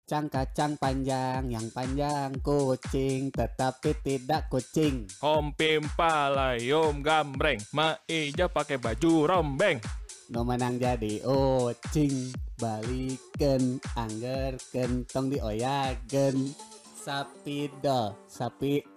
Kacang-kacang panjang, yang panjang kucing, tetapi tidak kucing. Hompim palayom gambreng, maija pakai baju rombeng. No menang jadi ucing, baliken, anggerken, tong dioyagen. Sapi do, sapi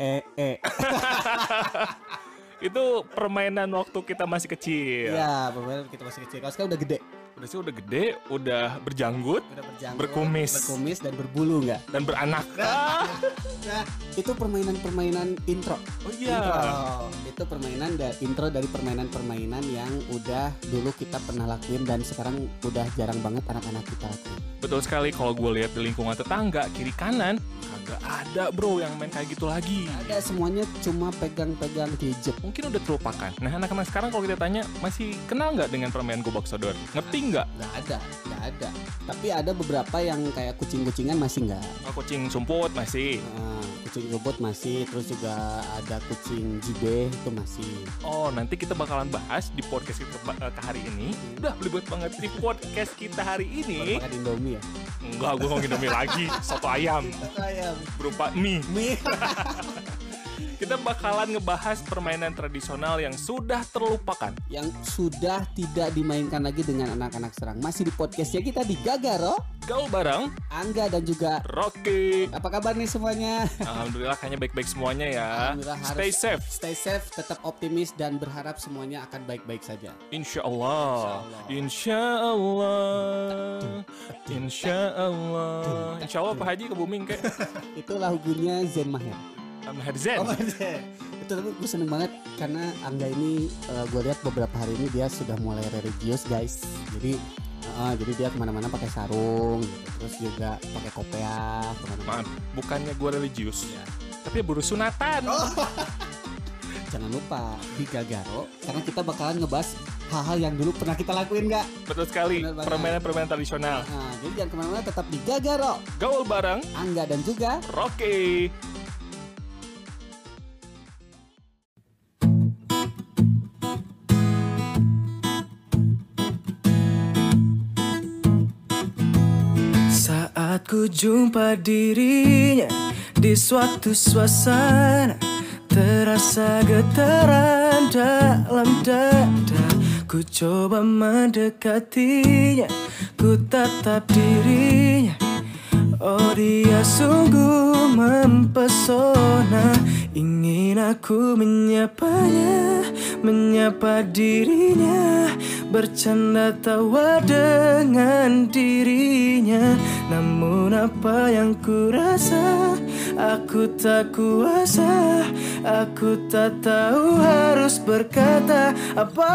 Itu permainan waktu kita masih kecil. Iya, permainan kita masih kecil. Kalau sekarang udah gede. Udah gede, udah berjanggut, berkumis dan berbulu nggak? dan beranak. Nah, itu permainan-permainan intro. Oh iya. Itu permainan intro dari permainan-permainan yang udah dulu kita pernah lakuin dan sekarang udah jarang banget anak-anak kita lakuin. Betul sekali, kalau gue lihat di lingkungan tetangga kiri kanan kagak ada bro yang main kayak gitu lagi. Ada, semuanya cuma pegang-pegang gadget. Mungkin udah terlupakan. Nah, anak-anak sekarang kalau kita tanya masih kenal nggak dengan permainan gobak sodor? Ngerti nggak? Nggak ada. Tapi ada beberapa yang kayak kucing-kucingan masih nggak. Oh, kucing sumput masih. Kucing robot masih, terus juga ada kucing jibe itu masih. Oh, nanti kita bakalan bahas di podcast kita ke hari ini. Udah belibet banget di podcast kita hari ini. Makan Indomie ya? Enggak, gue ngomongin Indomie lagi. Soto ayam. Berupa mie. Kita bakalan ngebahas permainan tradisional yang sudah terlupakan, yang sudah tidak dimainkan lagi dengan anak-anak sekarang. Masih di podcastnya kita di Gagaro. Gaul bareng Angga dan juga Rocky. Apa kabar nih semuanya? Alhamdulillah kayaknya baik-baik semuanya ya. Stay safe. Stay safe, tetap optimis dan berharap semuanya akan baik-baik saja. Insya Allah. Insya Allah. Insya Allah. Insya Allah Pak Haji ke booming kayak. Itu lagunya Zen Maher. Maher Zen. Itu tapi gue seneng banget karena Angga ini gue lihat beberapa hari ini dia sudah mulai religius guys. Jadi dia kemana-mana pakai sarung gitu. Terus juga pakai kopiah kemana-mana. Maaf, bukannya gue religius ya, tapi buru sunatan. Jangan lupa di Gagaro karena kita bakalan ngebahas hal-hal yang dulu pernah kita lakuin nggak? Betul sekali, permainan-permainan tradisional. Jadi jangan kemana-mana, tetap di Gagaro. Gaul bareng Angga dan juga Rocky. Saat ku jumpa dirinya di suatu suasana, terasa getaran dalam dada. Ku coba mendekatinya, ku tatap dirinya. Oh, dia sungguh mempesona. Ingin aku menyapanya, menyapa dirinya, bercanda tawa dengan dirinya. Namun apa yang ku rasa, aku tak kuasa. Aku tak tahu harus berkata apa.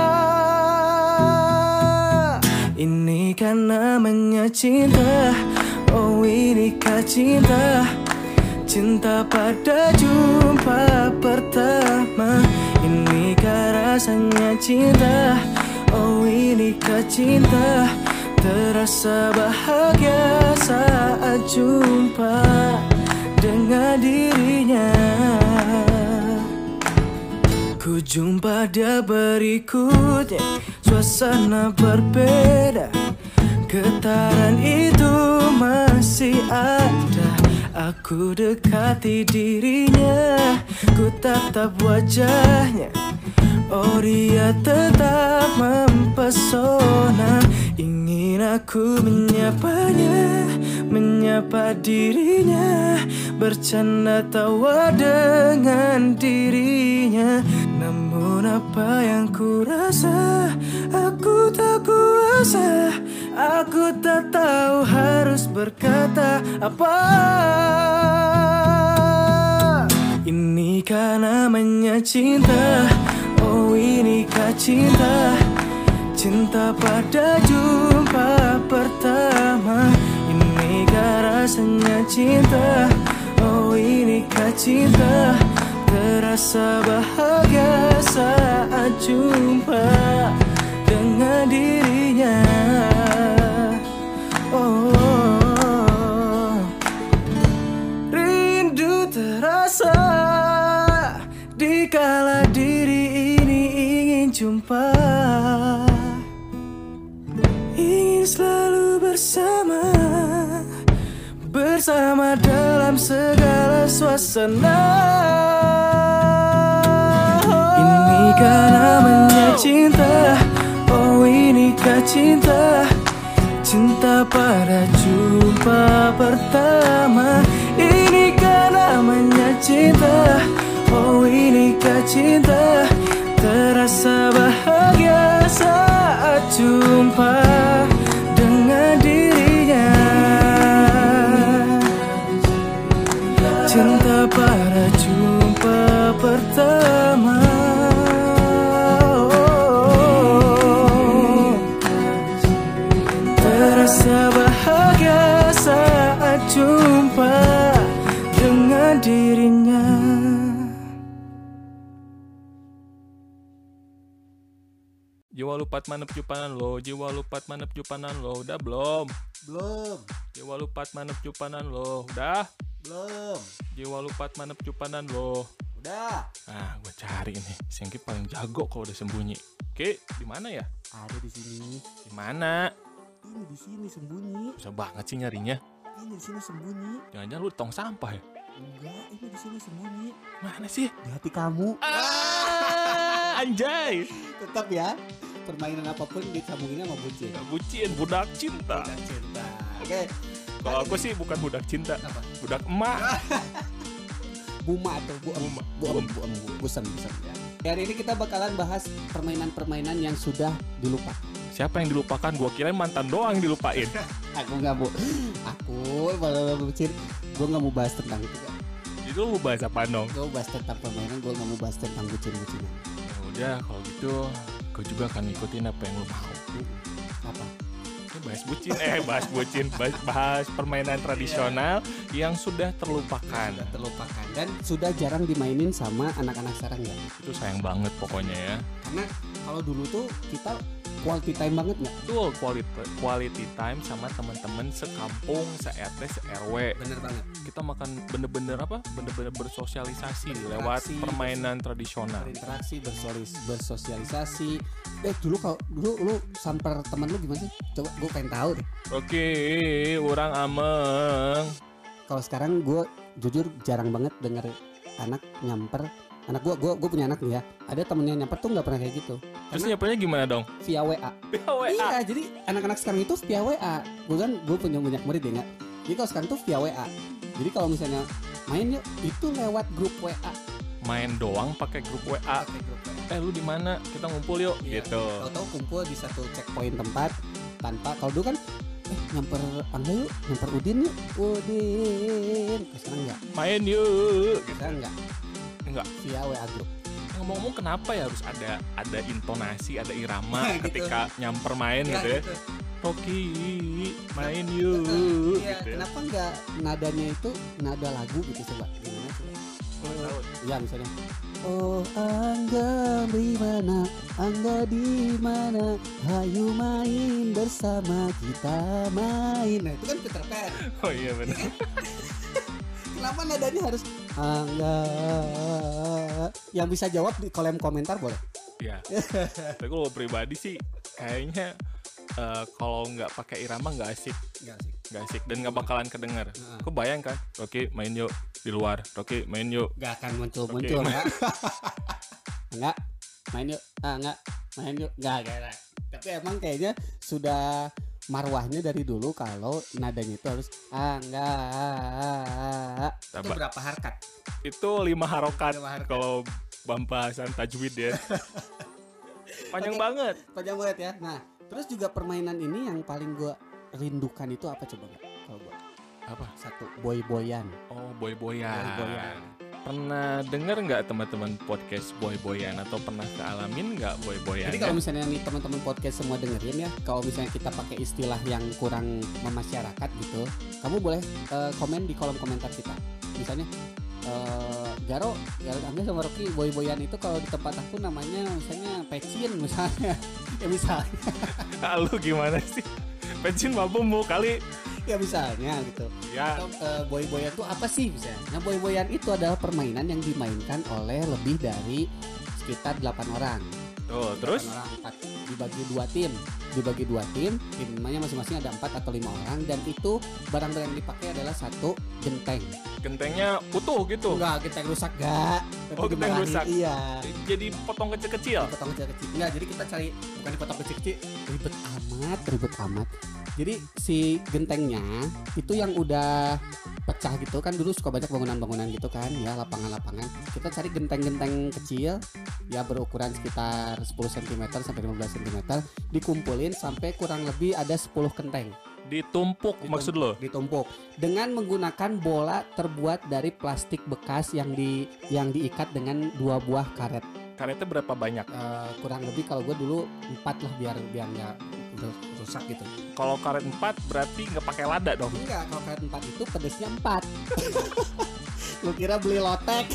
Ini kan namanya cinta. Oh, inikah cinta? Cinta pada jumpa pertama. Inikah rasanya cinta? Oh, inikah cinta? Terasa bahagia saat jumpa dengan dirinya. Ku jumpa dia berikutnya, suasana berbeda. Getaran itu masih ada. Aku dekati dirinya, ku tatap wajahnya. Oh, dia tetap mempesona. Ingin aku menyapanya, menyapa dirinya, bercanda tawa dengan dirinya. Namun apa yang ku rasa, aku tak kuasa. Aku tak tahu harus berkata apa. Inikah namanya cinta? Oh, inikah cinta? Cinta pada jumpa pertama. Inikah rasanya cinta? Oh, inikah cinta? Terasa bahagia saat jumpa dengan dirinya. Oh, rindu terasa dikala diri ini ingin jumpa, ingin selalu bersama. bersama dalam segala suasana. Inikah namanya cinta? Oh inikah cinta? Cinta pada jumpa pertama. Inikah namanya cinta? Oh inikah cinta? Terasa bahagia saat jumpa dengan dirinya. Cinta pada jumpa pertama. Terasa bahagia saat jumpa dengan dirinya. Jiwa lupat manep jupanan lo, jiwa lupat manep jupanan lo, udah belum? Belum. Jiwa lupat manep jupanan lo, udah? Belum. Jiwa lupat manep jupanan lo. Udah. Ah, gue cari nih. Sengki paling jago kalau udah sembunyi. Oke, di mana ya? Ada di sini. Di mana? Ini di sini sembunyi. Susah banget sih nyarinya. Ini di sini sembunyi. Jangan-jangan lu di tong sampah ya? Enggak, ini di sini sembunyi. Mana sih? Di hati kamu. Anjay. Tetap ya. Permainan apapun disambungin sama bucin. Bucin, budak cinta. Budak cinta. Oke. Kalau aku sih bukan budak cinta. Apa? Budak emak. Buma atau busem ya. Hari ini kita bakalan bahas permainan-permainan yang sudah dilupakan. Siapa yang dilupakan? Gua kirain mantan doang yang dilupain. Aku nggak mau. Aku malah bucin. Gue nggak mau bahas tentang itu kan. Itu lu bahas apa dong? Gue bahas tentang permainan. Gue nggak mau bahas tentang bucin-bucinan. Ya udah kalau gitu, gue juga akan ngikutin apa yang lu mau. Apa? Bahas bucin, bahas permainan tradisional yang sudah terlupakan. Terlupakan dan sudah jarang dimainin sama anak-anak sekarang ya. Itu sayang banget pokoknya ya. Karena kalau dulu tuh kita quality time banget nggak? Betul, quality time sama teman-teman sekampung, se-RT, se-RW. Bener banget. Kita makan bener-bener bersosialisasi lewat permainan tradisional. Berinteraksi, bersosialisasi. Dulu lu samper teman lu gimana sih? Coba gue pengen tahu deh. Oke, orang ameng. Kalau sekarang gue jujur jarang banget denger anak nyamper. Anak gue punya anak nih ya. Ada temennya nyamper tuh nggak pernah kayak gitu. Terus nyampernya gimana dong? Via WA. Via WA. Iya, jadi anak-anak sekarang itu via WA. Gue punya banyak murid ya nggak. Jadi kalau sekarang tuh via WA. Jadi kalau misalnya main yuk itu lewat grup WA. Main doang pakai grup WA. Pakai grup WA. Lu di mana? Kita ngumpul yuk. Iya, gitu. Tahu-tahu kumpul di satu checkpoint tempat tanpa kalau dulu kan nyamper Angga yuk, nyamper Udin yuk. Udin. Sekarang enggak. Main yuk. Gitu. Sekarang enggak. Via WA grup. Ngomong-ngomong kenapa ya harus ada intonasi, ada irama gitu. Ketika nyamper main ya, gitu ya. Gitu. Rocky main yuk. Iya, gitu. Kenapa enggak nadanya itu nada lagu gitu coba? Gimana coba? Ya misalnya oh Angga di mana? Angga di mana? Hayu main bersama kita main. Nah, itu kan Peter Pan. Oh iya benar. Kenapa nadanya harus Angga? Yang bisa jawab di kolom komentar boleh. Iya. Tapi kalau pribadi sih kayaknya kalau nggak pakai irama nggak asik. Nggak asik dan nggak bakalan kedengar. Kau bayangkan, Rocky main yuk di luar, Rocky main yuk. Nggak akan muncul enggak. Enggak main yuk, enggak main yuk, enggak. Tapi emang kayaknya sudah marwahnya dari dulu kalau nadanya itu harus enggak. Itu berapa harkat? Itu 5 harokat. Kalau pembahasan tajwid ya. Panjang banget ya. Nah, terus juga permainan ini yang paling gua rindukan itu apa coba nggak? Kalau gua apa? Satu boy-boyan. Oh, boy-boyan. Pernah denger nggak teman-teman podcast boy-boyan atau pernah kealamin nggak boy-boyan? Jadi kalau misalnya nih teman-teman podcast semua dengerin ya, kalau misalnya kita pakai istilah yang kurang memasyarakat gitu, kamu boleh komen di kolom komentar kita. Misalnya Garo Angga sama Rocky boy-boyan itu kalau di tempat aku namanya misalnya pecin misalnya. Ya misalnya. Lu gimana sih? Pecin mah bumbu kali. Ya misalnya gitu. Ya. Atau boy-boyan itu apa sih misalnya? Nah, boy-boyan itu adalah permainan yang dimainkan oleh lebih dari sekitar 8 orang. Terus orang 4 dibagi dua tim, timnya masing-masing ada 4 atau 5 orang, dan itu barang-barang yang dipakai adalah satu genteng. Gentengnya utuh gitu. Enggak, genteng rusak enggak. Oh, genteng rusak. Iya. Jadi potong kecil-kecil. Potong kecil-kecil. Enggak, jadi kita cari bukan dipotong kecil-kecil, ribet amat. Jadi si gentengnya itu yang udah pecah gitu kan, dulu suka banyak bangunan-bangunan gitu kan ya, lapangan-lapangan. Kita cari genteng-genteng kecil ya berukuran sekitar 10 cm sampai 15 cm, dikumpulin sampai kurang lebih ada 10 genteng. Ditumpuk maksud lo? Ditumpuk dengan menggunakan bola terbuat dari plastik bekas yang diikat dengan 2 buah karet. Karetnya berapa banyak? Kurang lebih kalau gue dulu 4 lah biar nggak rusak gitu. Kalau karet 4 berarti nggak pakai lada dong? Enggak, kalau karet 4 itu pedesnya 4. Lu kira beli lotek?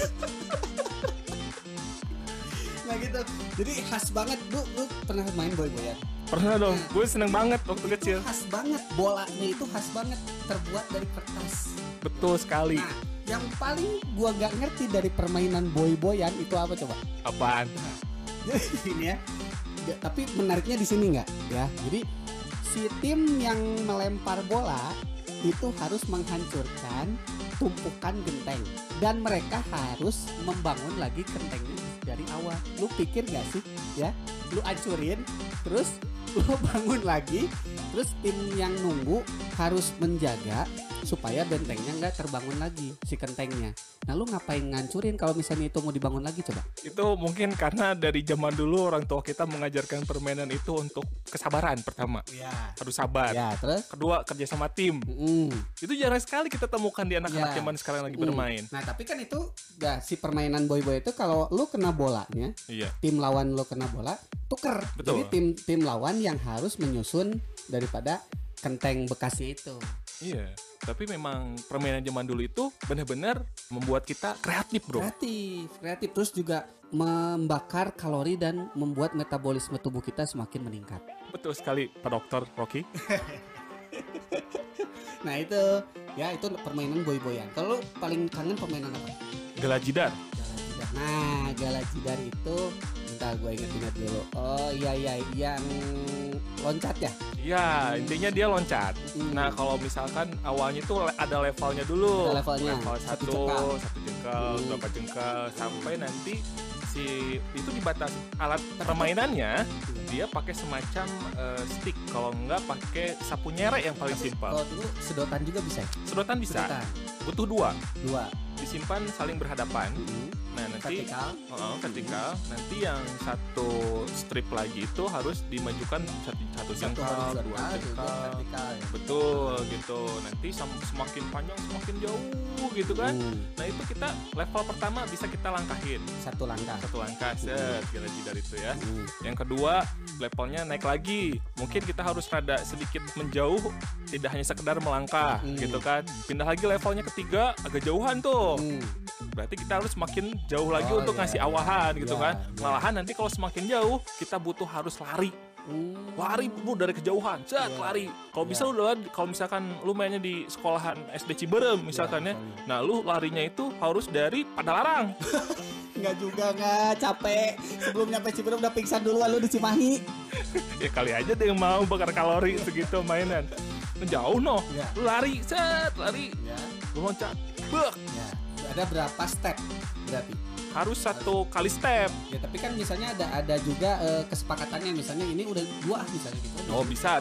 Nah gitu. Jadi khas banget. Lu pernah main boy-boyan? Pernah dong. Gue seneng banget waktu kecil. Khas banget, bolanya itu khas banget, terbuat dari kertas. Betul sekali. Nah, yang paling gua gak ngerti dari permainan boy-boyan itu apa coba? Apaan? Jadi ini ya. Tapi menariknya di sini nggak ya? Jadi si tim yang melempar bola itu harus menghancurkan tumpukan genteng, dan mereka harus membangun lagi gentengnya dari awal. Lu pikir nggak sih ya? Lu hancurin, terus lu bangun lagi, terus tim yang nunggu harus menjaga supaya bentengnya nggak terbangun lagi si gentengnya. Nah lu ngapain ngancurin kalau misalnya itu mau dibangun lagi coba? Itu mungkin karena dari zaman dulu orang tua kita mengajarkan permainan itu untuk kesabaran pertama. Ya. Harus sabar. Ya, terus? Kedua, kerja sama tim. Itu jarang sekali kita temukan di anak-anak zaman sekarang lagi bermain. Nah tapi kan itu ya, si permainan boy-boy itu kalau lu kena bolanya, tim lawan lu kena bola, tuker. Betul. Jadi tim lawan yang harus menyusun daripada genteng bekasnya itu. Iya. Tapi memang permainan zaman dulu itu benar-benar membuat kita kreatif, bro. Kreatif, terus juga membakar kalori dan membuat metabolisme tubuh kita semakin meningkat. Betul sekali, Pak Dokter Rocky. Nah itu permainan boy-boyan. Kalau paling kangen permainan apa? Galajidar. Nah, galajidar itu bentar gue inget dulu. Oh iya yang loncat ya? Iya, intinya dia loncat. Nah, kalau misalkan awalnya itu ada levelnya dulu. Ada levelnya. Level 1 jengkal, berapa jengkal, sampai nanti itu dibatasi alat permainannya. Dia pakai semacam stick, kalau enggak pakai sapu nyerek yang paling simpel. Kalau dulu sedotan juga bisa. Sedotan bisa. Butuh 2. Disimpan saling berhadapan. Nah nanti vertikal. Nanti yang satu strip lagi itu harus dimajukan satu jengkal, 2 jengkal. Betul gitu. Nanti semakin panjang semakin jauh gitu kan. Nah itu kita level pertama bisa kita langkahin. Satu langkah set galajidar itu ya. Yang kedua levelnya naik lagi. Mungkin kita harus rada sedikit menjauh, tidak hanya sekedar melangkah gitu kan. Pindah lagi levelnya ketiga, agak jauhan tuh. Berarti kita harus semakin jauh lagi untuk ngasih awahan gitu kan. Malahan nanti kalau semakin jauh kita harus lari. Lari bu dari kejauhan, lari. Kalau bisa kalau misalkan lu mainnya di sekolahan SD Ciberem misalkan ya. Nah lu larinya itu harus dari Padalarang. Enggak juga, enggak capek. Sebelum nyampe Ciberem udah pingsan dulu lu di Cimahi. Ya kali aja deh yang mau bakar kalori segitu mainan. Jauh lu lari, lari. Lu loncat, bek. Ada berapa step berarti? Harus 1 kali step. Ya tapi kan misalnya ada juga kesepakatannya, misalnya ini udah 2 misalnya gitu. Oh bisa.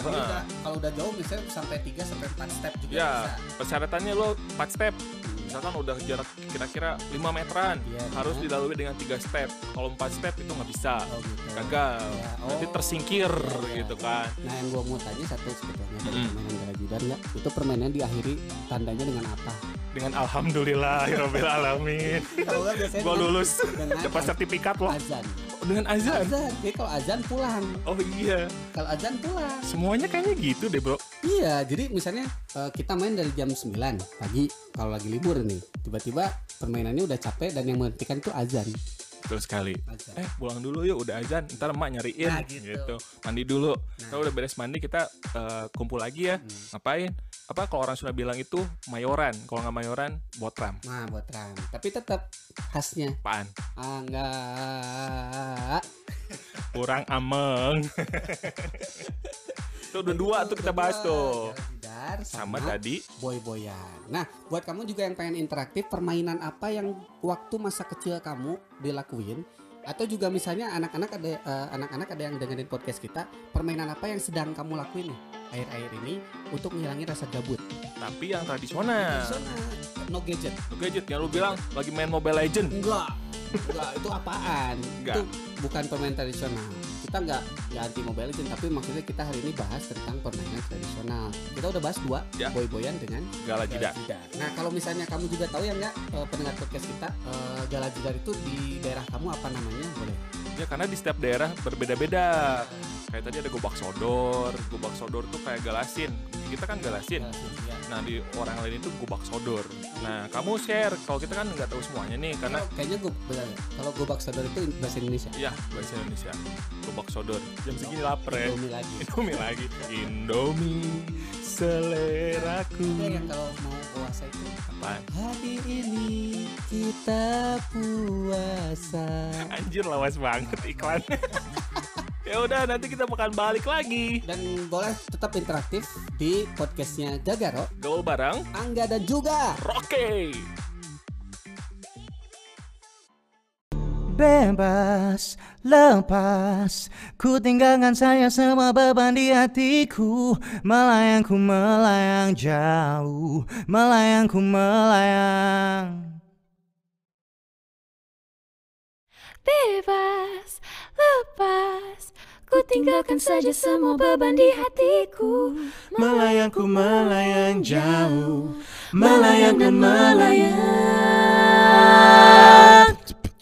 Kalau udah jauh misalnya sampai 3 sampai 4 step juga ya, bisa. Persyaratannya lo 4 step. Misalkan udah jarak kira-kira 5 meteran, harus dilalui dengan 3 step. Kalau 4 step itu nggak bisa, gagal. Nanti tersingkir gitu kan. Nah yang gue mau tanya satu sebetulnya dari permainan galajidar ya, itu permainan diakhiri tandanya dengan apa? Dengan alhamdulillahirabbil alamin. Kalau nggak biasanya gue lulus, dapat sertifikat loh. Azan. Dengan azan. Jadi kalau azan pulang. Oh iya. Kalau azan pulang. Semuanya kayaknya gitu deh bro. Iya, jadi misalnya kita main dari jam 9 pagi kalau lagi libur nih, tiba-tiba permainannya udah capek dan yang menghentikan itu azan. Betul sekali. Pulang dulu yuk, udah azan, ntar emak nyariin gitu. Mandi dulu. Kalau udah beres mandi kita kumpul lagi ya. Ngapain? kalau orang sudah bilang itu mayoran, kalau nggak mayoran botram. Nah, botram. Tapi tetap khasnya. Apaan? Enggak. Kurang ameng. Itu udah 2 tuh kita bahas tuh. Sama tadi boy-boyan. Nah, buat kamu juga yang pengen interaktif, permainan apa yang waktu masa kecil kamu dilakuin? Atau juga misalnya anak-anak ada yang dengerin podcast kita, permainan apa yang sedang kamu lakuin nih akhir-akhir ini untuk ngilangin rasa gabut? Tapi yang tradisional. No gadget. No gadget, yang lu bilang lagi main Mobile Legend. Enggak, itu apaan? Enggak. Itu bukan permainan tradisional. Kita enggak anti Mobile Legends, tapi maksudnya kita hari ini bahas tentang permainan tradisional. Kita udah bahas 2, ya. Boy-boyan dengan Gala Jidar. Nah, kalau misalnya kamu juga tahu ya enggak, pendengar podcast kita, Gala Jidar itu di daerah kamu apa namanya? Boleh? Ya karena di setiap daerah berbeda-beda. Kayak tadi ada Gobak Sodor. Gobak Sodor tuh kayak Galasin. Kita kan Galasin. Ya. Nah di orang lain itu Gobak Sodor. Nah kamu share. Kalau kita kan nggak tahu semuanya nih karena kayaknya kalau Gobak Sodor itu bahasa Indonesia. Iya bahasa Indonesia. Gobak Sodor. Jam segini lapar ya. Indomie lagi. Indomie seleraku. Ada yang kalau mau puasa itu apaan? Hari ini kita puasa. Anjir lawas banget iklan. Ya udah nanti kita bakal balik lagi dan boleh tetap interaktif di podcastnya Gagaro, gaul bareng Angga dan juga Rocky. Bebas, lepas, ku tinggalkan saja semua beban di hatiku. Melayang ku melayang jauh, melayang ku melayang. Bebas, lepas, ku tinggalkan saja semua beban di hatiku. Melayang ku melayang jauh, melayang dan melayang.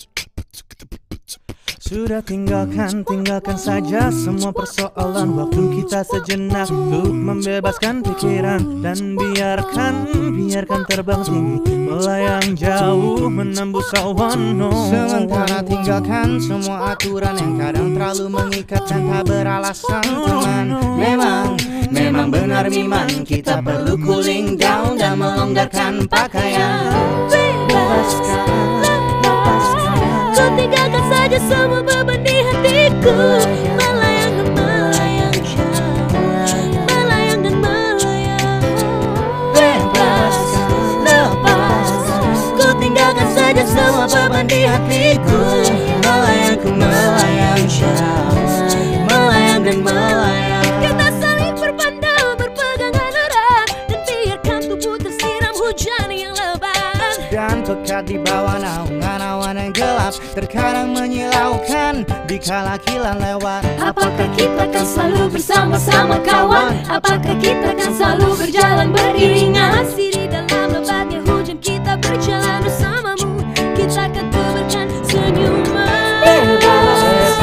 Sudah tinggalkan saja semua persoalan. Waktu kita sejenak untuk membebaskan pikiran dan biarkan terbang tinggi, melayang jauh menembus awan. Sementara tinggalkan semua aturan yang kadang terlalu mengikat dan tak beralasan. Teman, memang benar Miman, kita perlu cooling down dan melonggarkan pakaian. Lepaskan, ku tinggalkan saja semua beban di hatiku. Melayang dan melayang jauh, melayang dan melayang. Bebas, lepas, ku tinggalkan saja semua beban di hatiku. Melayang ku melayang jauh, melayang dan melayang. Kita saling berpandang, berpegangan erat, dan biarkan tubuh tersiram hujan yang lebat. Dan pekat di bawah naungan awan yang gelap, terkadang menyilaukan dikala kilat lewat. Apakah kita akan selalu bersama-sama kawan? Apakah kita akan selalu berjalan beriringan? Masih di dalam lebatnya hujan kita berjalan bersamamu. Kita akan tebarkan senyuman. Bebas,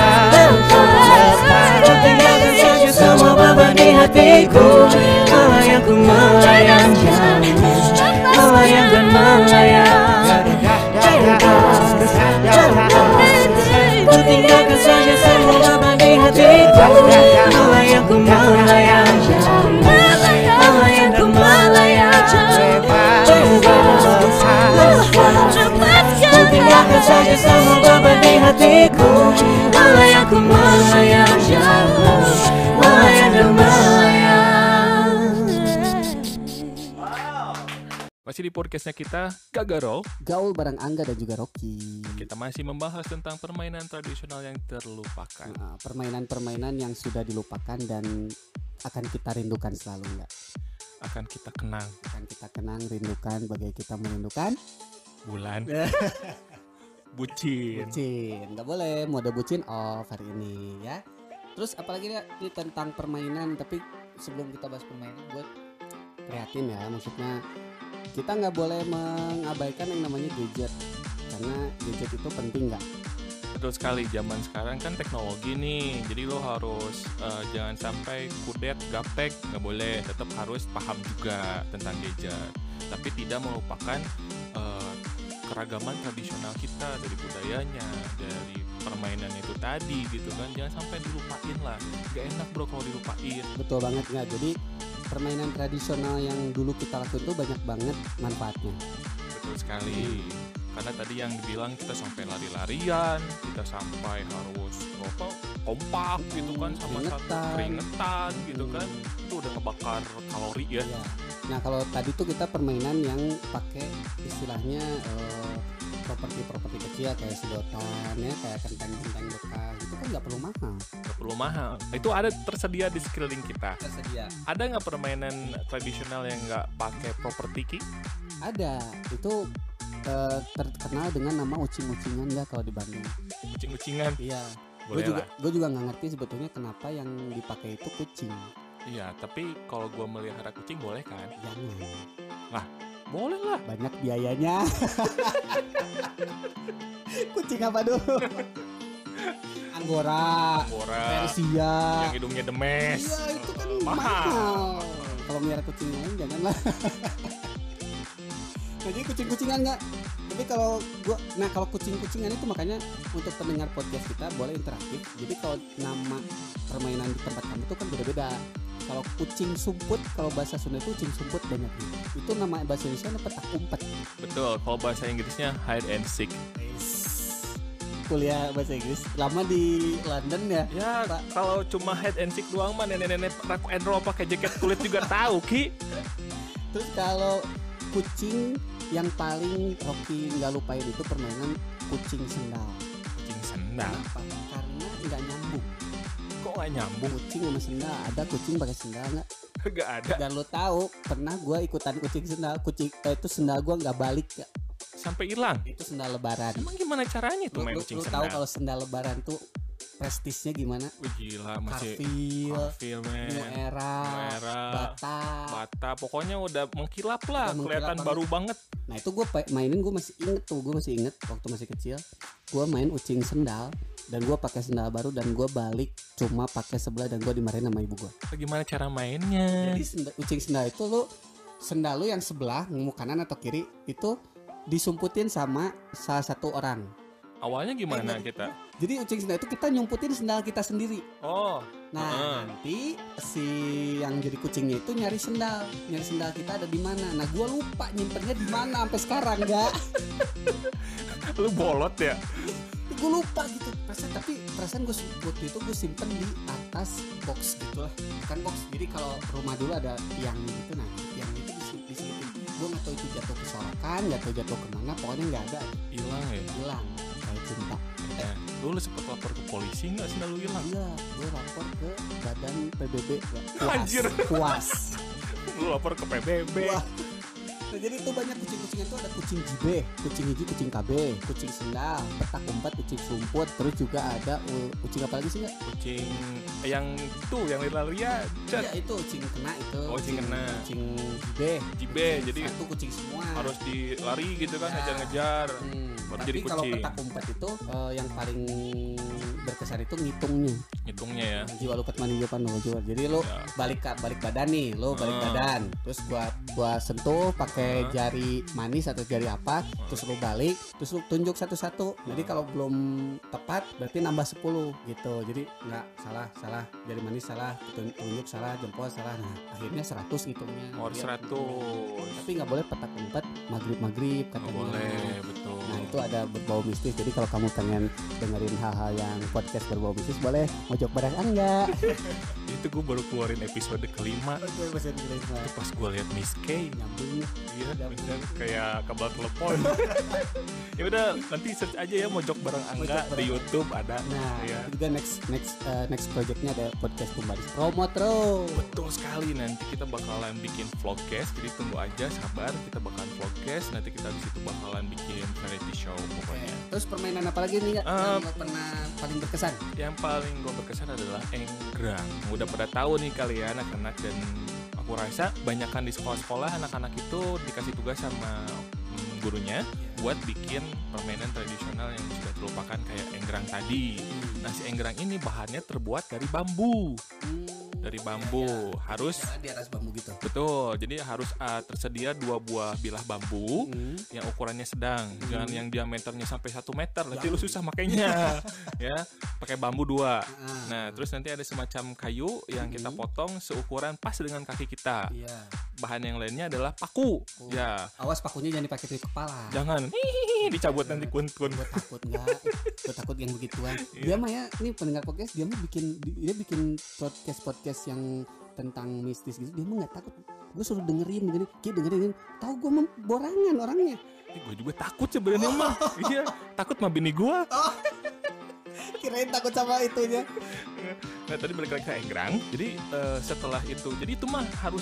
ku tinggalkan saja semua beban di hatiku. Melayang ku melayang jauh, melayang dan melayang. Ku tinggalkan saja semua beban di hatiku. Melayang ku melayang jauh, melayang dan melayang. Ku tinggalkan saja semua beban di hatiku. Melayang ku melayang jauh, melayang dan melayang. Masih di podcastnya kita Gagaro, gaul bareng Angga dan juga Rocky. kita masih membahas tentang permainan tradisional yang terlupakan. Permainan-permainan yang sudah dilupakan dan akan kita rindukan selalu, enggak? Akan kita kenang Akan kita kenang, rindukan, bagai kita merindukan bulan bucin. nggak boleh mode bucin off hari ini ya. Terus apalagi ya ini tentang permainan, tapi sebelum kita bahas permainan gue prihatin ya, maksudnya kita nggak boleh mengabaikan yang namanya gadget, karena gadget itu penting nggak? Betul sekali, zaman sekarang kan teknologi nih, jadi lo harus jangan sampai kudet, gaptek, nggak boleh, tetap harus paham juga tentang gadget, tapi tidak melupakan keragaman tradisional kita, dari budayanya, dari permainan itu tadi gitu kan, jangan sampai dilupain lah, gak enak bro kalau dilupain. Betul banget nggak? Jadi permainan tradisional yang dulu kita lakukan itu banyak banget manfaatnya. Betul sekali. Karena tadi yang dibilang kita sampai lari-larian, kita sampai harus kompak gitu kan, sama satu keringetan gitu kan, itu udah ngebakar kalori ya. Iya. Nah kalau tadi tuh kita permainan yang pakai istilahnya properti kecil kayak sedotan ya, kayak kenteng-kenteng bekas itu kan nggak perlu mahal. Nggak perlu mahal. Itu ada tersedia di sekeliling kita. Tersedia. Ada nggak permainan tradisional yang nggak pakai properti Ki? Ada. Itu terkenal dengan nama ucing-ucingan ya kalau di Bandung. Ucing-ucingan. Iya. Boleh lah. Gue juga nggak ngerti sebetulnya kenapa yang dipakai itu kucing. Iya, tapi kalau gue melihara kucing boleh kan? Jangan. Lah, boleh lah. Banyak biayanya. Kucing apa dulu? Anggora, Persia. Yang hidungnya demes. Iya, itu kan mahal. Kalau melihara kucing lain janganlah. Jadi kucing-kucingan nggak? Tapi kalau kalau kucing-kucingan itu makanya untuk pendengar podcast kita boleh interaktif. Jadi kalau nama permainan di tempat kamu itu kan beda-beda. Kalau kucing sumput, kalau bahasa Sunda itu kucing sumput banyak. Itu nama bahasa Indonesia petak umpet. Betul, kalau bahasa Inggrisnya hide and seek. Kuliah bahasa Inggris lama di London ya? Ya, kalau cuma hide and seek doang mah nenek-nenek rock and roll pakai jaket kulit juga tahu, Ki. Terus kalau kucing yang paling Rocky nggak lupain itu permainan kucing sendal. Kucing sendal? Kenapa? Karena nggak nyambung. Kok nggak nyambung? Kucing sama sendal, ada kucing pakai sendal nggak? Nggak ada. Dan lo tahu pernah gue ikutan kucing sendal, itu sendal gue nggak balik ya. Sampai hilang. Itu sendal lebaran. Emang gimana caranya tuh main kucing sendal? Lo tahu kalau sendal lebaran tuh prestisnya gimana? Wih gila, masih Carfil, New Era, Bata, pokoknya udah mengkilap lah, kelihatan baru banget. Nah itu gue mainin, gue masih inget waktu masih kecil, gue main ucing sendal dan gue pakai sendal baru dan gue balik cuma pakai sebelah dan gue dimarahin sama ibu gue. Bagaimana cara mainnya? Jadi ucing sendal itu sendal lu yang sebelah mau kanan atau kiri itu disumputin sama salah satu orang. Awalnya gimana kita? Jadi ucing sendal itu kita nyumputin sendal kita sendiri. Oh. Nah nanti si yang jadi kucingnya itu nyari sendal kita ada di mana. Nah gue lupa nyimpennya di mana sampai sekarang nggak. Lu bolot ya? Gue lupa gitu. Perasaan gue waktu itu gue simpen di atas box gitulah. Bukan box. Jadi kalau rumah dulu ada tiang gitu, nah tiang itu diselipin. Gue nggak tahu itu jatuh ke sorokan, nggak tahu jatuh kemana. Pokoknya nggak ada. Hilang ya? Hilang. Kayak cinta. Lu sempet lapor ke polisi nggak sendal lu hilang? Iya, gue lapor ke badan PBB. Anjir. Puas. Lu lapor ke PBB. Wah. Nah jadi itu banyak kucing-kucingan tuh ada kucing jibe, kucing hiji, kucing KB, kucing sendal, petak umpet, kucing sumput, terus juga ada kucing apa lagi sih nggak? Kucing yang tuh yang lari-larian. Ya itu kucing kena itu. Oh kucing kena. Kucing jibe. Jadi satu kucing semua. Harus dilari gitu kan, ngejar-ngejar. Baru tapi jadi kalau kucing. petak umpet itu yang paling berkesan itu ngitungnya ya. Jiwa lu ketman hidupan lo jual. Jadi lu balik badan nih, lu balik badan. Terus gua sentuh pakai jari manis atau jari apa, terus lu balik, terus lu tunjuk satu-satu. Jadi kalau belum tepat berarti nambah 10 gitu. Jadi enggak salah, jari manis salah, tunjuk salah, jempol salah. Nah, akhirnya 100 ngitungnya. 100. Tapi enggak boleh petak umpet maghrib katanya. Nggak boleh, betul. Nah, itu ada berbau mistis. Jadi kalau kamu pengen dengerin hal-hal yang podcast berbau mistis boleh mojok bareng enggak. Itu gue baru keluarin episode kelima. Itu pas gue liat Miss K nyambung. Iya bener kayak kabel telepon. Ya udah nanti search aja ya mojok bareng Angga di YouTube ada. Nah ya. Itu juga next projectnya ada podcast Pembaris promo terus. Betul sekali, nanti kita bakalan bikin vlogcast. Jadi tunggu aja, sabar, kita bakalan vlogcast. Nanti kita di situ bakalan bikin variety show pokoknya. Terus permainan apa lagi nih yang pernah paling berkesan? Yang paling gue berkesan adalah enggrang. Udah pada tahu nih kalian anak-anak, dan aku rasa banyakan di sekolah-sekolah anak-anak itu dikasih tugas sama gurunya buat bikin permainan tradisional yang sudah terlupakan kayak enggrang tadi. Nah si enggrang ini bahannya terbuat dari bambu. dari bambu. Harus di atas bambu gitu. betul. Jadi harus tersedia 2 buah bilah bambu yang ukurannya sedang. Jangan yang diameternya sampai 1 meter. Nanti lu susah makainya. Ya, pakai bambu 2. Nah, terus nanti ada semacam kayu yang kita potong seukuran pas dengan kaki kita. Iya. Bahan yang lainnya adalah paku. Ya. Awas pakunya jangan dipakai di kepala. Jangan dicabut nanti kun-kun. Gue takut enggak. Gue takut yang begituan. Dia mah ya, nih pendengar podcast dia mah bikin podcast yang tentang mistis gitu. Dia mah enggak takut. Gue suruh dengerin gini. Dengerin. Tahu gue mah borangan orangnya. Gue juga takut sebenarnya mah. Iya, takut mah bini gue. Kirain takut sama itunya. Nah, tadi balik lagi ke egrang. Jadi setelah itu, jadi itu mah harus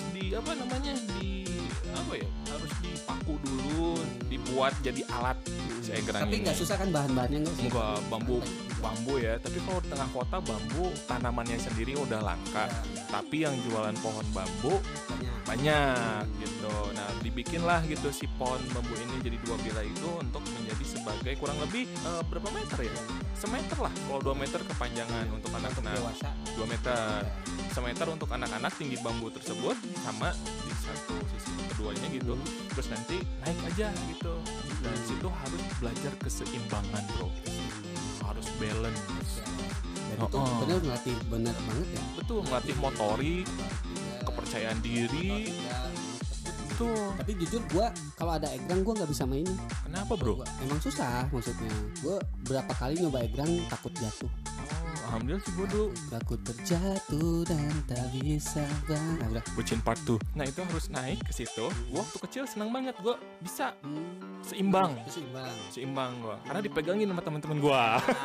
harus dipaku dulu, dibuat jadi alat si egrang. Tapi nggak susah kan bahan-bahannya nggak sih? Enggak, bambu ya. Tapi kalau di tengah kota bambu tanamannya sendiri udah langka. Tapi yang jualan pohon bambu banyak gitu. Nah, dibikinlah gitu si pohon bambu ini jadi 2 bilah itu untuk menjadi sebagai kurang lebih berapa meter ya? Semeter lah. Kalau 2 meter kepanjangan untuk anak-anak. Dewasa 2 meter. Semeter untuk anak-anak tinggi bambu tersebut, sama di satu sisi keduanya gitu. Terus nanti naik aja gitu. Dan situ harus belajar keseimbangan, bro. Harus balance. Dan itu benar ngelatih benar banget ya. Betul, melatih motorik, kepercayaan diri. Betul. Tapi jujur gue kalau ada egrang gue nggak bisa mainnya. Kenapa, bro? Emang susah maksudnya. Gue berapa kali nyoba egrang takut jatuh. Alhamdulillah sih gue dulu Takut terjatuh dan tak bisa udah. bucin part 2. Nah, itu harus naik ke situ. Gue waktu kecil senang banget, gue bisa seimbang gue, karena dipegangin sama teman-teman gue.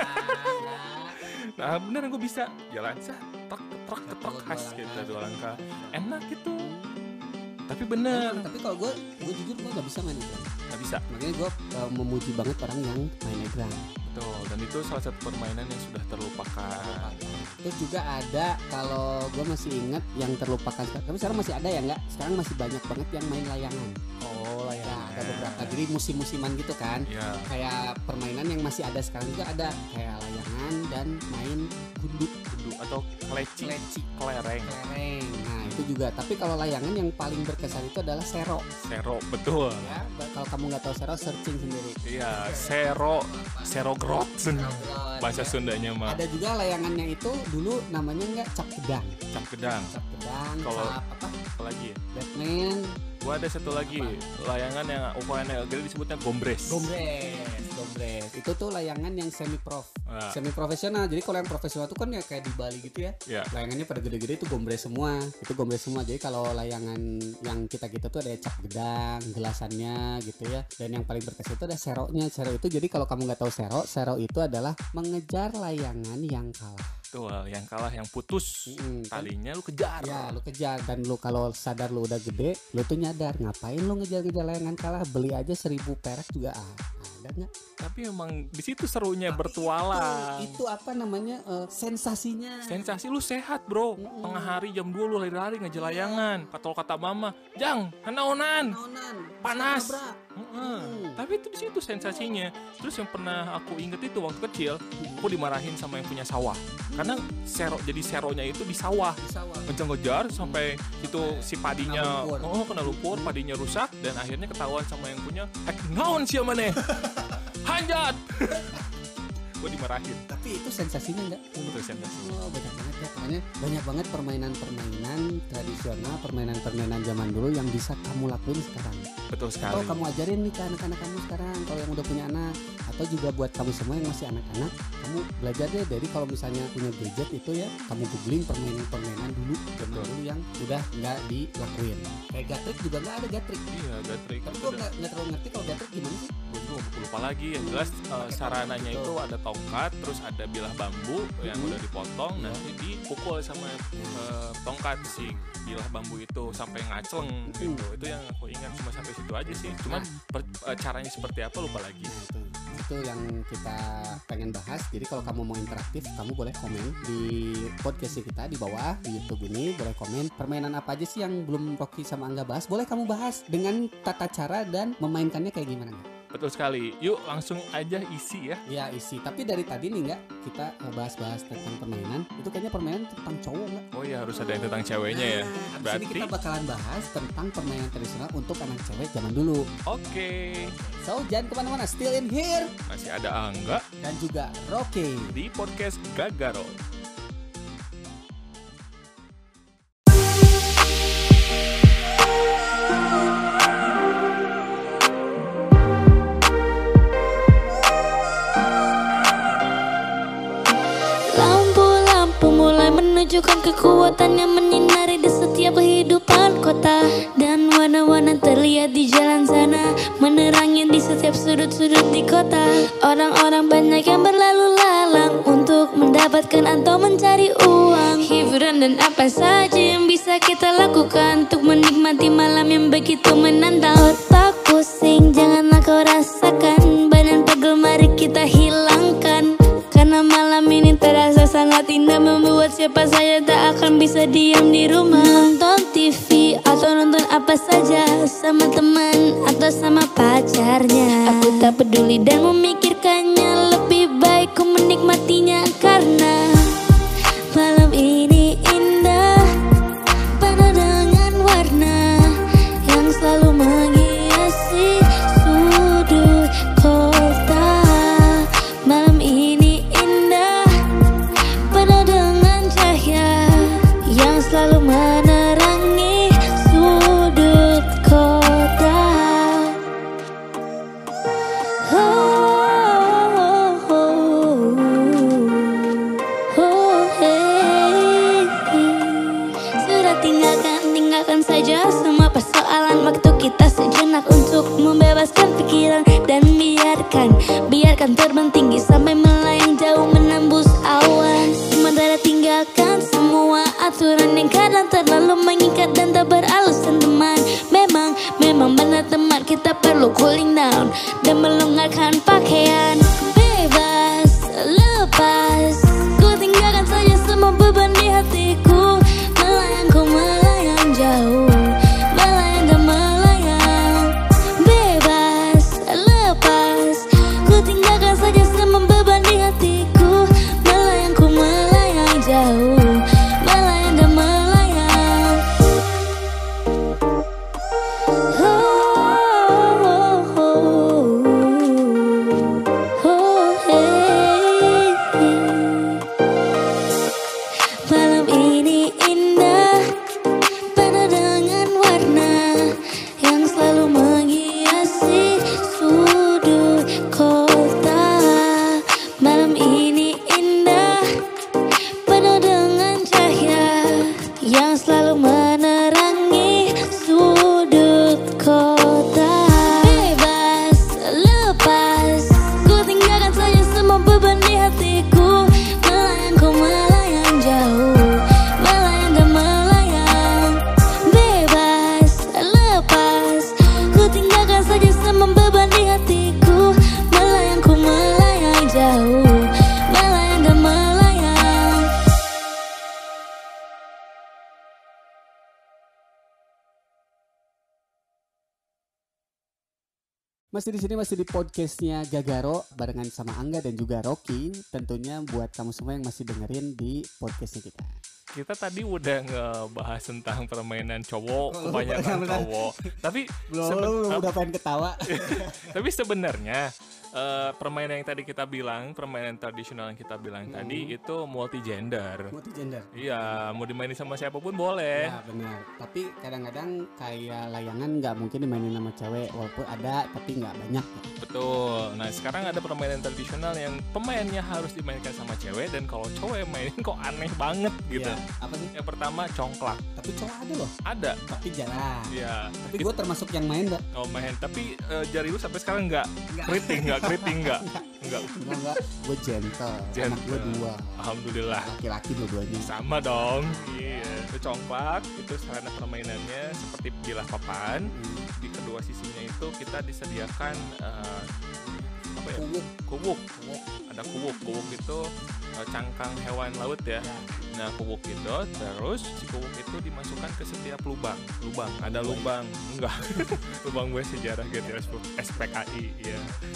Nah, beneran gue bisa jalan ketrok khas gitu, 2 langkah, enak gitu. Tapi bener. Tapi kalau gue jujur gue nggak bisa main egrang. Nggak bisa. Makanya gue memuji banget orang yang main egrang. Betul. Dan itu salah satu permainan yang sudah terlupakan. Terus juga ada, kalau gue masih ingat yang terlupakan, tapi sekarang masih ada ya nggak? Sekarang masih banyak banget yang main layangan. Oh, layangan. Nah, ada beberapa. Jadi musim-musiman gitu kan. Ya. Kayak permainan yang masih ada sekarang juga ada. Kayak layangan dan main gundu Atau kelereng. Nah, itu juga. Tapi kalau layangan yang paling berkesan itu adalah sero. Betul. Ya, kalau kamu nggak tahu sero, searching sendiri. Iya, sero grot bahasa Sundanya mah. Ada juga layangannya itu dulu namanya nggak cap gedang. Kalau cap apa lagi ya? Batman. Gua ada satu lagi, layangan yang ukurannya gede disebutnya gombres. Itu tuh layangan yang semi profesional. Jadi kalau yang profesional tuh kan ya kayak di Bali gitu ya. Yeah. Layangannya pada gede-gede itu gombres semua. Jadi kalau layangan yang kita tuh ada cap gedang, gelasannya gitu ya. Dan yang paling berkesan itu ada seronya. Sero itu jadi kalau kamu nggak tahu sero itu adalah mengejar layangan yang kalah. Betul, yang kalah, yang putus talinya lu kejar. Ya, lu kejar, dan lu kalau sadar lu udah gede, lu tuh nyadar ngapain lu ngejar-ngejar layangan kalah, beli aja 1.000 perak juga ada nggak? Tapi emang di situ serunya bertualang. Itu apa namanya, sensasinya. Sensasi lu sehat, bro. Tengah hari jam 2 lu lari-lari ngejar layangan. Kata mama, "Jang, hanaonan. Panas." Tapi itu di situ sensasinya. Terus yang pernah aku inget itu waktu kecil, aku dimarahin sama yang punya sawah. Karena seronya itu di sawah. Ngejar sampai itu si padinya kena lumpur, padinya rusak, dan akhirnya ketahuan sama yang punya, naon sih maneh? Hanjat. Gue dimarahin. Tapi itu sensasinya enggak? Itu sensasi. Banyak banget ya. Pokoknya banyak banget permainan tradisional, permainan zaman dulu yang bisa kamu lakuin sekarang. Betul sekali. Atau kamu ajarin nih ke anak-anak kamu sekarang, kalau yang udah punya anak. Atau juga buat kamu semua yang masih anak-anak, kamu belajar deh dari kalau misalnya punya gadget itu ya, kamu googling permainan dulu zaman dulu yang udah nggak dilakuin. Kayak gatrik juga nggak ada gatrik. Iya, gatrik. Tapi gue nggak terlalu ngerti kalau gatrik gimana sih. Gue lupa lagi. Yang jelas sarananya itu ada tongkat, terus ada bilah bambu yang udah dipotong, nanti dipukul sama tongkat si bilah bambu itu sampai ngacleng gitu. Itu yang aku ingat, cuma sampai situ aja sih. Cuman caranya seperti apa lupa lagi. Itu yang kita pengen bahas. Jadi kalau kamu mau interaktif, kamu boleh komen di podcast kita di bawah di YouTube ini. Boleh komen permainan apa aja sih yang belum Rocky sama Angga bahas. Boleh kamu bahas dengan tata cara dan memainkannya kayak gimana nggak? Betul sekali. Yuk langsung aja isi ya. Ya isi. Tapi dari tadi nih nggak, kita bahas-bahas tentang permainan. Itu kayaknya permainan tentang cowok nggak? Oh ya, harus ada yang tentang ceweknya ya. Berarti kita bakalan bahas tentang permainan tradisional untuk anak cewek zaman dulu. Oke. So jangan kemana-mana, still in here. Masih ada Angga dan juga Rocky di podcast Gagaro. Menunjukkan kekuatan yang menyinari di setiap kehidupan kota. Dan warna-warna terlihat di jalan sana, menerangi di setiap sudut-sudut di kota. Orang-orang banyak yang berlalu lalang untuk mendapatkan atau mencari uang, hiburan dan apa saja yang bisa kita lakukan untuk menikmati malam yang begitu menantang. Otak pusing janganlah kau rasakan, badan pegel mari kita hilangkan. Karena malam ini terasa sangat indah, membuat siapa saja tak akan bisa diam di rumah. Nonton TV atau nonton apa saja sama teman atau sama pacarnya. Aku tak peduli dan memikirkannya, lebih baik ku menikmatinya. Karena malam ini indah, penuh dengan warna yang selalu menghiasi sudut kota. Malam ini selalu menerangi sudut kota. Oh, oh, oh, oh, hey. Sudah tinggalkan saja semua persoalan. Waktu kita sejenak untuk membebaskan pikiran dan biarkan terbang tinggi sampai melayang jauh menembus awan. Sementara tinggalkan semua aturan yang kadang terlalu mengikat dan tak beralasan teman. Memang benar teman, kita perlu cooling down dan melonggarkan pakaian. Bebas, lepas, ku tinggalkan saja semua beban di hatiku. Melayang ku melayang jauh, melayang dan melayang. Bebas, lepas, ku tinggalkan saja semua beban di hatiku. Melayang ku melayang jauh, melayang dan melayang. Oh, oh, oh, oh, hey. Malam ini indah, penuh dengan warna yang selalu menghiasi sudut kota. Malam ini indah, penuh dengan cahaya yang selalu menerangi sudut kota. Bebas, lepas, ku tinggalkan saja semua beban di hatiku. Melayang ku melayang jauh, melayang dan melayang. Bebas, lepas, ku tinggalkan saja semua beban di hatiku. Melayang ku melayang jauh, melayang dan melayang. Masih di sini, masih di podcastnya Gagaro barengan sama Angga dan juga Rocky. Tentunya buat kamu semua yang masih dengerin di podcastnya kita. Kita tadi udah ngebahas tentang permainan cowok, kebanyakan cowok. Tapi belum udah pengen ketawa. Tapi sebenarnya permainan yang tadi kita bilang, permainan tradisional yang kita bilang tadi itu multi gender. Iya, mau dimainin sama siapapun boleh. Ya benar. Tapi kadang-kadang kayak layangan nggak mungkin dimainin sama cewek, walaupun ada tapi nggak banyak. Betul. Nah sekarang ada permainan tradisional yang pemainnya harus dimainkan sama cewek, dan kalau cowok yang mainin kok aneh banget gitu. Ya, apa sih? Yang pertama congklak. Tapi cowok ada loh. Ada. Tapi jarang. Iya. Tapi gue termasuk yang main gak? Oh main. Tapi jari lu sampai sekarang nggak keriting enggak. Gue gentle. Anak gue 2. Alhamdulillah. Laki-laki dua-duanya. Sama dong. Iya. Itu congklak. Itu sarana permainannya seperti bilah papan. Di kedua sisinya itu kita disediakan apa ya? Kuwuk. Ada kuwuk. Kuwuk itu cangkang hewan laut ya. Nah kuwuk itu, terus si kuwuk itu dimasukkan ke setiap lubang. Ada lubang. Enggak. Lubang gue sejarah gitu SPKI ya.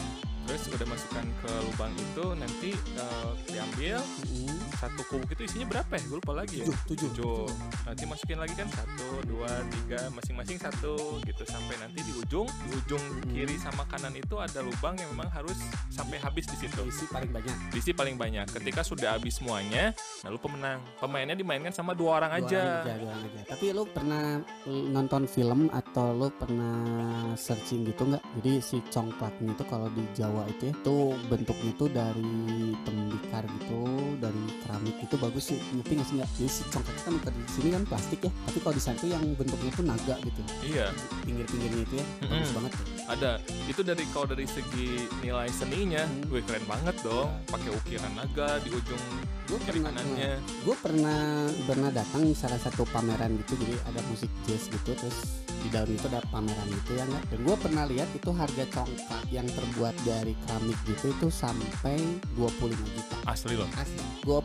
Terus udah masukkan ke lubang itu, nanti diambil satu kubuk itu isinya berapa ya? Gue lupa lagi ya. 7. Nanti masukin lagi kan 1, 2, 3, masing-masing 1 gitu sampai nanti di ujung kiri sama kanan itu ada lubang yang memang harus sampai habis di situ. Diisi paling banyak. Ketika sudah habis semuanya, lalu pemenang. Pemainnya dimainkan sama 2 orang aja. Tapi lu pernah nonton film atau lu pernah searching gitu nggak? Jadi si congklaknya itu kalau di Jawa itu ya, tuh bentuknya tuh dari tembikar gitu, dari keramik itu bagus sih. Ngerti nggak sih nggak? Jadi si congklak kan bukan di sini kan plastik ya, tapi kalau di sana tuh yang bentuknya tuh naga gitu. Iya. Pinggir-pinggirnya itu ya, bagus banget. Ada. Itu kalau dari segi nilai seninya, gue keren banget dong. Pakai ukiran naga di ujung kiri kanannya. Gue pernah datang salah satu pameran gitu, jadi ada musik jazz gitu, terus di dalam itu ada pameran itu ya nggak. Dan gue pernah lihat itu harga congklak yang terbuat dari keramik gitu itu sampai 25 juta. Asli loh. Asli. Gue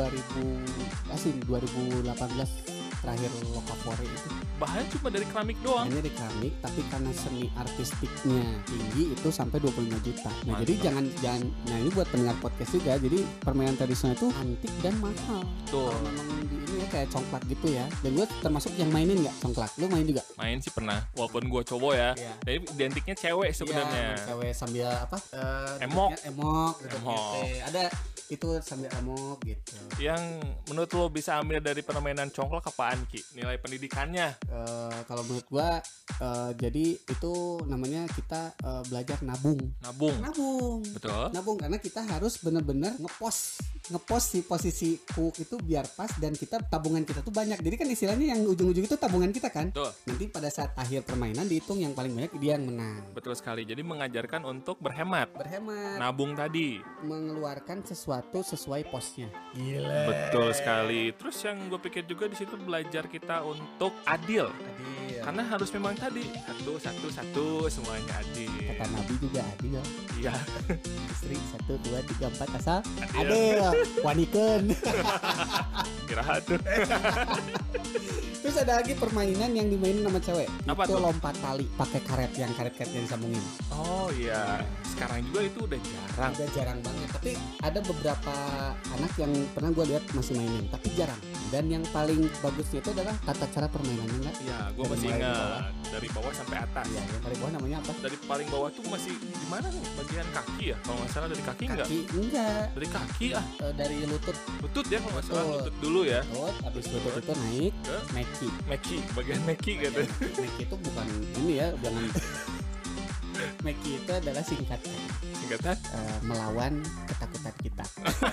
2018 terakhir Lokapore itu. Bahannya cuma dari keramik doang. Hanya dari keramik, tapi karena seni artistiknya tinggi itu sampai 25 juta. Nah, jadi jangan nah ini buat pendengar podcast juga. Jadi permainan tradisional itu antik dan mahal. Tuh. Kalau memang di ini ya kayak congklak gitu ya. Dan gue termasuk yang mainin nggak congklak. Lu main juga? Main sih pernah, walaupun gue cowok ya. Jadi identiknya cewek sebenarnya. Iya, cewek sambil apa? Emok gitu. Ada itu sambil amok gitu. Yang menurut lo bisa ambil dari permainan congklak apaan Ki? Nilai pendidikannya? Kalau menurut gua jadi itu namanya kita belajar nabung. Betul. Nabung karena kita harus benar-benar ngepost si posisi kuk itu biar pas dan kita tabungan kita tuh banyak. Jadi kan istilahnya yang ujung-ujung itu tabungan kita kan. Betul. Nanti pada saat akhir permainan dihitung yang paling banyak dia yang menang. Betul sekali. Jadi mengajarkan untuk berhemat. Nabung tadi. Mengeluarkan sesuatu sesuai posnya. Gila. Betul sekali. Terus yang gue pikir juga di situ belajar kita untuk adil. Karena harus memang tadi satu semuanya adil. Kata Nabi juga adil. Iya. Istri 1, 2, 3, 4 asal adil. Wanikeun. Kira tuh. Terus ada lagi permainan yang dimainin sama cewek. Apa itu tuh? Lompat tali pakai karet yang disambungin. Oh iya. Sekarang juga itu udah jarang. Udah jarang banget. Tapi ada beberapa anak yang pernah gue lihat masih mainin, tapi jarang. Dan yang paling bagusnya itu adalah tata cara permainannya nggak? Iya, gue masih ingat dari bawah sampai atas. Iya, yang paling bawah namanya apa? Dari paling bawah tuh masih di mana nih? Bagian kaki ya? Kalau nggak salah dari kaki enggak? Enggak. Dari kaki Dari lutut. Lutut ya kalau nggak salah, lutut dulu ya. Habis lutut itu naik ke Meki. Bagian Meki gitu. Meki itu bukan ini ya, jangan. Meki itu adalah singkatan melawan ketakutan kita.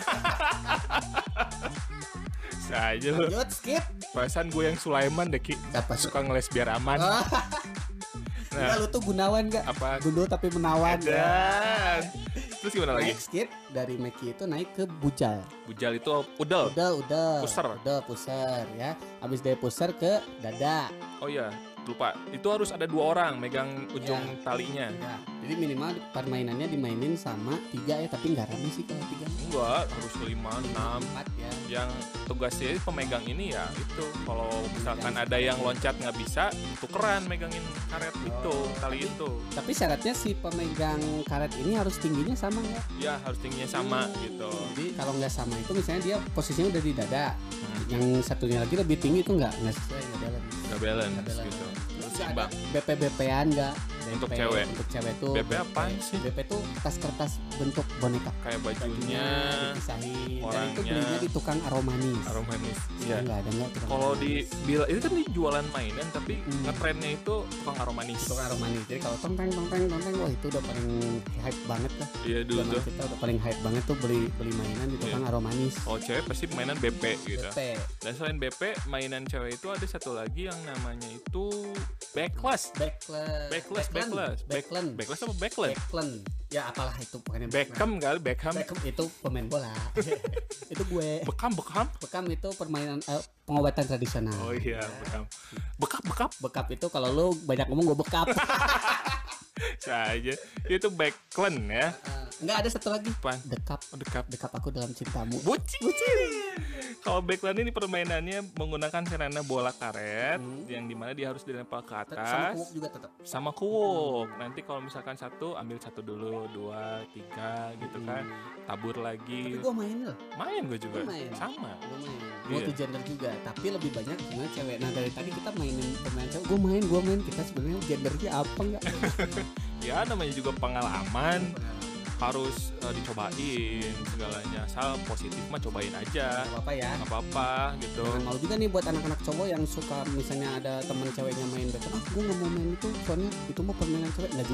Saja lo. Lanjut, skip. Perasaan gue yang Sulaiman deh Ki. Suka ngeles biar aman. Nah, lu tuh Gunawan gak? Apa? Gundul tapi menawan. Terus gimana lagi? Skip dari Meki itu naik ke Bujal. Bujal itu udel. Puser ya. Habis dari puser ke dada. Oh iya, lupa. Itu harus ada 2 orang megang ujung talinya. Ya. Jadi minimal permainannya dimainin sama 3 ya, tapi nggak rame sih kalau 3. Enggak, harus 5, 6. 4 ya. Yang tugasnya pemegang ini ya itu. Kalau misalkan ada yang loncat nggak bisa, tukeran megangin karet itu, tali itu. Tapi syaratnya si pemegang karet ini harus tingginya sama nggak? Ya, harus tingginya sama gitu. Jadi kalau nggak sama itu misalnya dia posisinya udah di dada, yang satunya lagi lebih tinggi itu nggak sesuai, nggak balance gitu. Terus ada BP-BP-an nggak? Untuk cewek. Untuk cewek tuh BP apa sih? BP tuh kertas bentuk boneka. Kayak bajunya dipisahin. orangnya. Dan itu belinya di tukang aromanis. Iya. Enggak ada Kalau di bila itu kan di jualan mainan tapi ngetrennya itu tukang aromanis. Jadi kalau tong wah itu udah paling hype banget lah. Iya dulu tuh. Kita udah paling hype banget tuh beli mainan di tukang aromanis. Oh, cewek pasti mainan BP gitu. BP. Dan selain BP, mainan cewek itu ada satu lagi yang namanya itu backlash. Backlash apa backland? Ya apalah itu pokoknya. Beckham itu pemain bola. Itu gue. Bekam itu permainan pengobatan tradisional. Oh iya, bekap itu kalau lu banyak ngomong gue bekap. saja. Itu backland ya. Enggak, ada satu lagi. Apaan? Dekap aku dalam cintamu. Bucin. Kalau backland ini permainannya menggunakan sarana bola karet yang dimana dia harus dilempar ke atas. Sama kuok juga tetap. Sama kuok. Nanti kalau misalkan satu, ambil satu dulu, 2, 3 gitu kan. Tabur lagi. Tapi gue main loh. Main gue juga. Sama. Gue main. Iya. Multi gender juga. Tapi lebih banyak sebenarnya cewek. Nah dari tadi kita mainin pemain cewek. Gue main. Kita sebenarnya gendernya apa nggak? Ya namanya juga pengalaman. Harus dicobain segalanya. Asal positif mah cobain aja. Gak apa-apa ya. Gak apa-apa gitu. Jangan malu juga nih buat anak-anak cowok yang suka misalnya ada temen ceweknya main badminton. Gue gak mau main itu soalnya itu mah permainan cewek. Nggak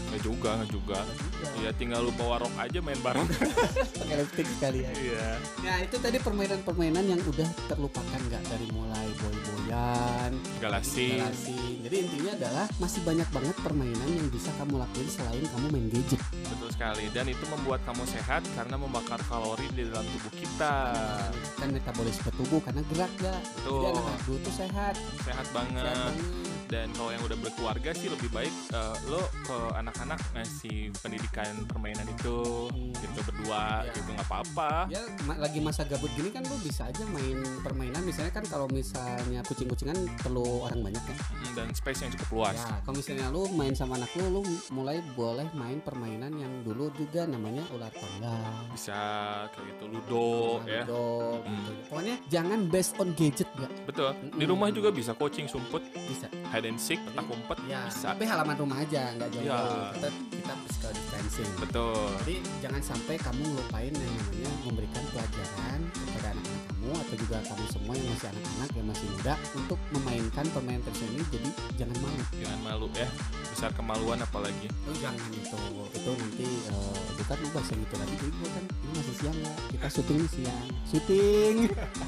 juga. Iya tinggal lu bawa rok aja main bareng. Pakai lipstick sekali ya. Iya. Nah itu tadi permainan-permainan yang udah terlupakan nggak, dari mulai boy-boyan, Galasi. Jadi intinya adalah masih banyak banget permainan yang bisa kamu lakuin selain kamu main gadget. Betul sekali. Dan itu membuat kamu sehat karena membakar kalori di dalam tubuh kita. Kan metabolisme tubuh karena gerak ya. Jadi Betul. anak-anak dulu tuh sehat. Sehat banget. Dan kalau yang udah berkeluarga sih lebih baik lo ke anak-anak ngasih pendidikan permainan itu gitu berdua Ya. gitu nggak apa-apa. Ya lagi masa gabut gini kan lu bisa aja main permainan. Misalnya kan kalau misalnya kucing-kucingan perlu orang banyak ya. Dan space yang cukup luas. Ya kalau misalnya lu main sama anak lu mulai boleh main permainan yang dulu juga namanya ular tangga. Bisa kayak gitu ludo ya. Ludo, gitu. Pokoknya jangan based on gadget ya. Betul. Di rumah juga bisa coaching sumput, Bisa. hide and seek, petak umpet Ya, bisa. tapi halaman rumah aja, nggak jauh-jauh. Ya. Kita physical distancing. Betul. Jadi jangan sampai kamu ngelupain yang namanya memberikan pelajaran kepada anak-anak kamu atau juga kamu semua yang masih anak-anak yang masih muda untuk memainkan permainan tradisional ini. Jadi jangan malu. Jangan malu ya. Besar kemaluan apalagi. Oh jangan itu nanti bukan lu bahasa gitu lagi. Jadi gua kan ini masih siang ya. Kita syuting nih siang. Syuting.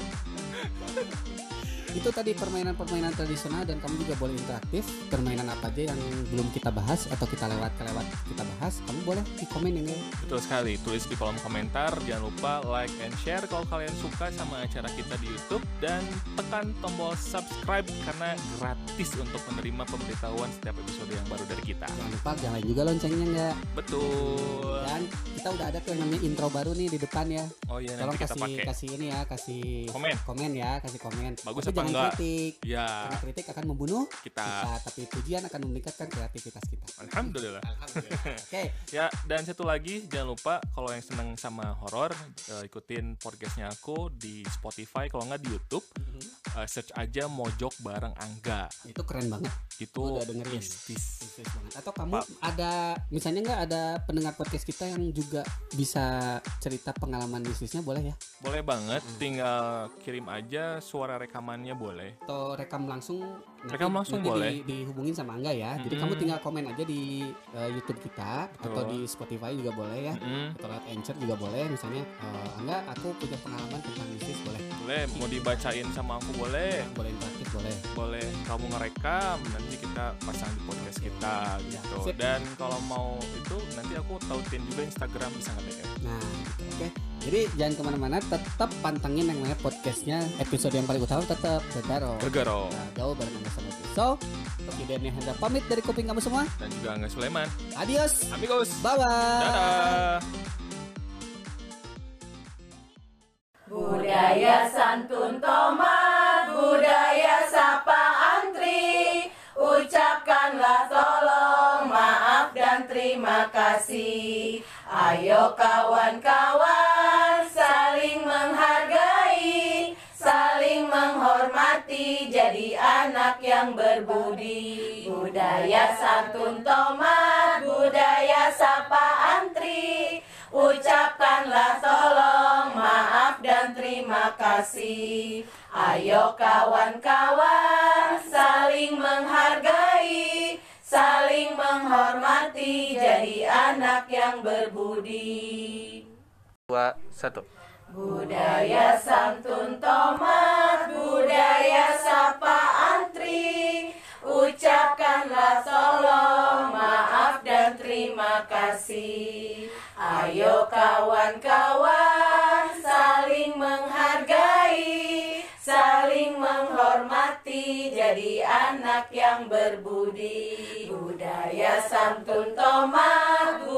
Itu tadi permainan-permainan tradisional dan kamu juga boleh interaktif. Permainan apa aja yang belum kita bahas atau kita lewat kita bahas, kamu boleh di komen ya. Betul sekali. Tulis di kolom komentar. Jangan lupa like and share kalau kalian suka sama acara kita di YouTube, dan tekan tombol subscribe karena gratis untuk menerima pemberitahuan setiap episode yang baru dari kita. Jangan lupa nyalain juga loncengnya nggak. Betul. Dan kita udah ada tuh yang namanya intro baru nih di depan ya. Oh iya, Tolong nanti kita pakai. kasih ini ya, kasih Komen. ya, kasih komen. Bagus Tapi apa jangan enggak? kritik. Ya, Karena kritik akan membunuh kita. tapi pujian akan meningkatkan kreativitas kita. Alhamdulillah. Oke. Ya, dan satu lagi jangan lupa kalau yang seneng sama horor, ikutin podcastnya aku di Spotify, kalau nggak di YouTube. Search aja Mojok bareng Angga. Itu keren banget. Itu Udah dengerin. mistis. Sukses banget. Atau kamu ada misalnya nggak ada pendengar podcast kita yang juga bisa cerita pengalaman bisnisnya, boleh ya? Boleh banget, tinggal kirim aja suara rekamannya boleh. Atau rekam langsung nanti boleh. dihubungin sama Angga ya. Jadi kamu tinggal komen aja di YouTube kita. Betul. Atau di Spotify juga boleh ya. Atau lewat Anchor juga boleh. Misalnya Angga, aku punya pengalaman tentang bisnis, boleh. Boleh, mau dibacain sama aku boleh. Boleh interaktif, boleh. Boleh kamu ngerekam, nanti kita pasang di podcast kita gitu. Sip. Dan kalau mau itu nanti aku tautin juga Instagram, bisa nge-DM. Nah, gitu. Oke. Jadi jangan kemana-mana, tetap pantengin yang namanya podcastnya. Episode yang paling utama tetap Gegaro. Nah, gaul bareng Angga sama Oki. So, Oki dan Hendra pamit dari kuping kamu semua. Dan juga Angga Sulaiman. Adios. Amigos. Bye-bye. Dadah. Budaya santun tomat, budaya sapa antri, ucapkanlah tolong, maaf dan terima kasih. Ayo kawan-kawan saling menghargai, saling menghormati, jadi anak yang berbudi. Budaya santun tomat, budaya sapa antri, ucapkanlah tolong, maaf dan terima kasih. Ayo kawan-kawan saling menghargai, saling menghormati, jadi anak yang berbudi. 2, 1. Budaya santun tomat, budaya sapa antri, ucapkanlah tolong, maaf dan terima kasih. Ayo kawan-kawan saling menghargai, saling menghormati, jadi anak yang berbudi. Budaya santun tomat, budaya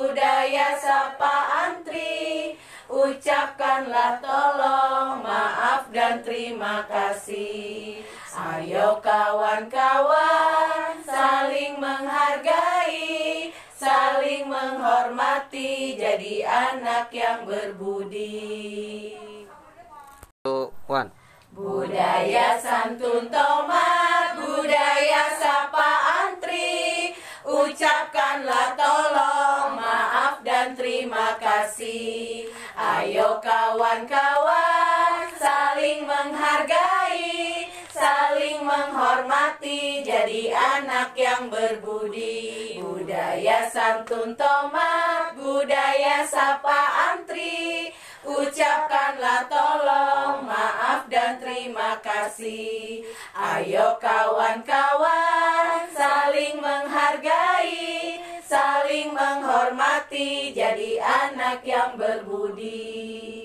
budaya sapa antri, ucapkanlah tolong, maaf dan terima kasih. Ayo kawan-kawan, saling menghargai, saling menghormati, jadi anak yang berbudi. One. Budaya santun tomat, budaya sapa antri, ucapkanlah tolong, maaf dan terima kasih. Ayo kawan-kawan, saling menghargai, saling menghormati, jadi anak yang berbudi. Budaya santun tomat, budaya sapa antri, ucapkanlah tolong, maaf dan terima kasih. Ayo kawan-kawan, saling menghargai, saling menghormati, jadi anak yang berbudi.